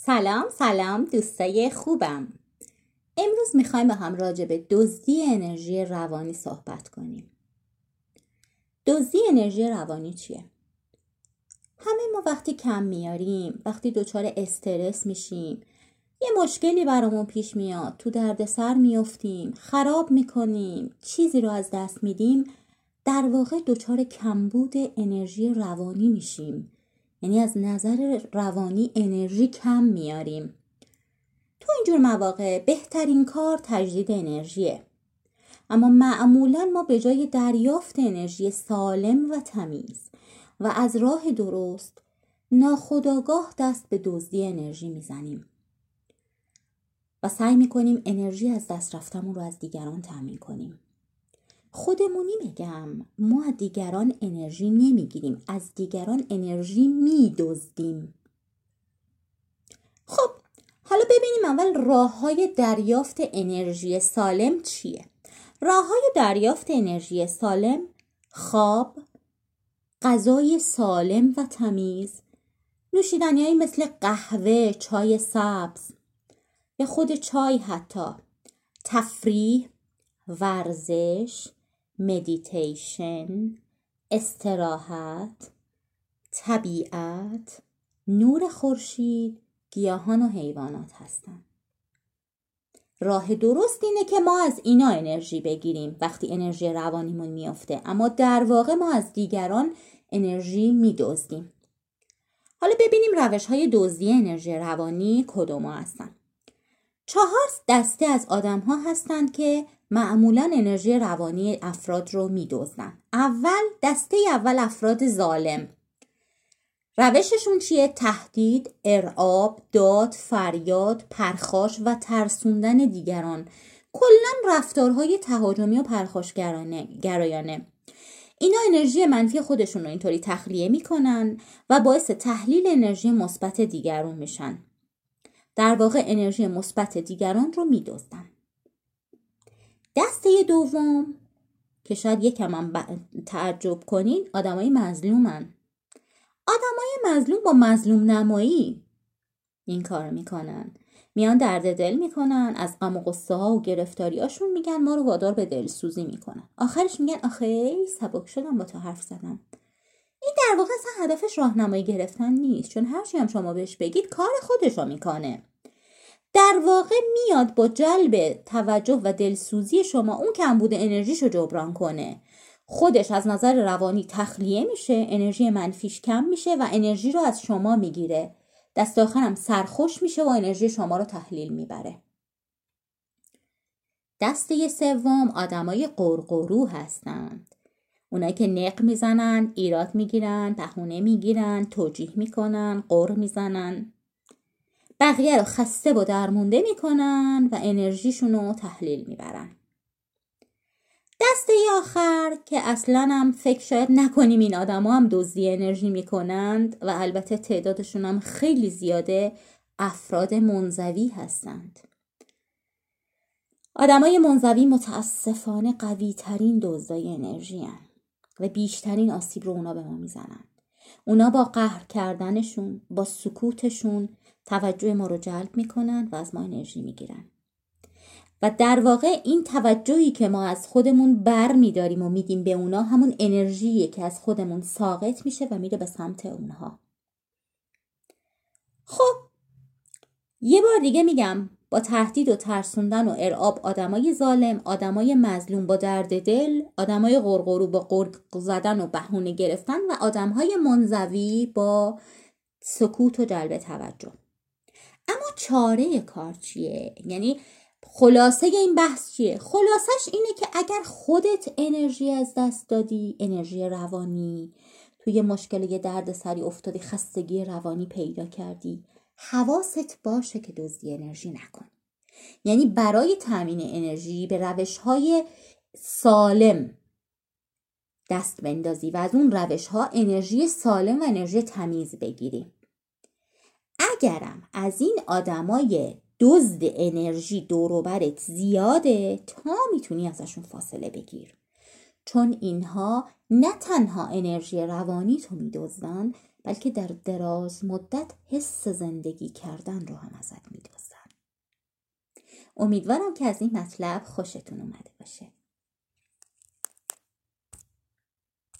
سلام دوستای خوبم. امروز میخوایم با هم راجع به دزدی انرژی روانی صحبت کنیم. دزدی انرژی روانی چیه؟ همه ما وقتی کم میاریم، وقتی دچار استرس میشیم، یه مشکلی برامون پیش میاد، تو دردسر میافتیم، خراب میکنیم، چیزی رو از دست میدیم، در واقع دچار کمبود انرژی روانی میشیم. یعنی از نظر روانی انرژی کم میاریم. تو اینجور مواقع بهترین کار تجدید انرژیه. اما معمولاً ما به جای دریافت انرژی سالم و تمیز و از راه درست، ناخودآگاه دست به دزدی انرژی میزنیم و سعی میکنیم انرژی از دست رفتمون رو از دیگران تامین کنیم. خودمونی میگم، ما از دیگران انرژی نمیگیریم، از دیگران انرژی میدزدیم. خب حالا ببینیم اول راه‌های دریافت انرژی سالم چیه؟ راه‌های دریافت انرژی سالم: خواب، غذای سالم و تمیز، نوشیدنی‌هایی مثل قهوه، چای سبز یا خود چای حتی، تفریح، ورزش، مدیتیشن، استراحت، طبیعت، نور خورشید، گیاهان و حیوانات هستند. راه درست اینه که ما از اینا انرژی بگیریم وقتی انرژی روانیمون میافته، اما در واقع ما از دیگران انرژی میدزدیم. حالا ببینیم روش‌های دزدی انرژی روانی کدوما هستن. 4 دسته از آدم‌ها هستند که معمولاً انرژی روانی افراد رو میدزدن. دسته اول افراد ظالم. روششون چیه؟ تهدید، ارعاب، داد، فریاد، پرخاش و ترسوندن دیگران. کلاً رفتارهای تهاجمی و پرخاشگرایانه. اینا انرژی منفی خودشون رو اینطوری تخلیه میکنن و باعث تحلیل انرژی مثبت دیگران میشن. در واقع انرژی مثبت دیگران رو میدزدن. دسته دوم که شاید یکم هم تعجب کنین، آدمای مظلومن. آدمای مظلوم با مظلوم نمایی این کار میکنن. میان درد دل میکنن، از غم و غصه ها و گرفتاریاشون میگن، ما رو وادار به دلسوزی میکنن. آخرش میگن آخه سبک شدم با تو حرف زدم. این در واقع اصلا هدفش راهنمایی گرفتن نیست، چون هرچی هم شما بهش بگید کار خودش رو میکنه. در واقع میاد با جلب توجه و دلسوزی شما اون کمبود انرژیشو جبران کنه. خودش از نظر روانی تخلیه میشه، انرژی منفیش کم میشه و انرژی رو از شما میگیره. دست آخرم سرخوش میشه و انرژی شما رو تحلیل میبره. دسته سوم آدمای قرقرو هستند. اونایی که نق میزنن، ایراد میگیرن، بهونه میگیرن، توجیه میکنن، قر میزنن. بقیه رو خسته و درمونده میکنن و انرژیشون رو تحلیل میبرن. دسته آخر که اصلا هم فکر شاید نکنیم این آدم ها هم دزدی انرژی میکنند و البته تعدادشون هم خیلی زیاده، افراد منزوی هستند. آدمای منزوی متاسفانه قوی ترین دزدای انرژی هستند و بیشترین آسیب رو اونا به ما میزنن. اونا با قهر کردنشون، با سکوتشون توجه ما رو جلب میکنن و از ما انرژی میگیرن. و در واقع این توجهی که ما از خودمون بر میداریم و میدیم به اونا همون انرژیه که از خودمون ساقط میشه و میره به سمت اونها. خب یه بار دیگه میگم، با تهدید و ترسوندن و ارعاب آدمای ظالم، آدمای مظلوم با درد دل، آدمای قرقرو با قرق زدن و بهونه گرفتن و آدمهای منزوی با سکوت و جلب توجه. اما چاره کار چیه؟ یعنی خلاصه این بحث چیه؟ خلاصش اینه که اگر خودت انرژی از دست دادی، انرژی روانی، توی مشکل یه درد سری افتادی، خستگی روانی پیدا کردی، حواست باشه که دزدی انرژی نکن. یعنی برای تامین انرژی به روش‌های سالم دست بندازی و از اون روش‌ها انرژی سالم و انرژی تمیز بگیری. اگرم از این آدمای دزد انرژی دور و برت زیاده، تا میتونی ازشون فاصله بگیر، چون اینها نه تنها انرژی روانی تو میدزدن، بلکه در دراز مدت حس زندگی کردن رو هم ازت می‌دوزن. امیدوارم که از این مطلب خوشتون اومده باشه.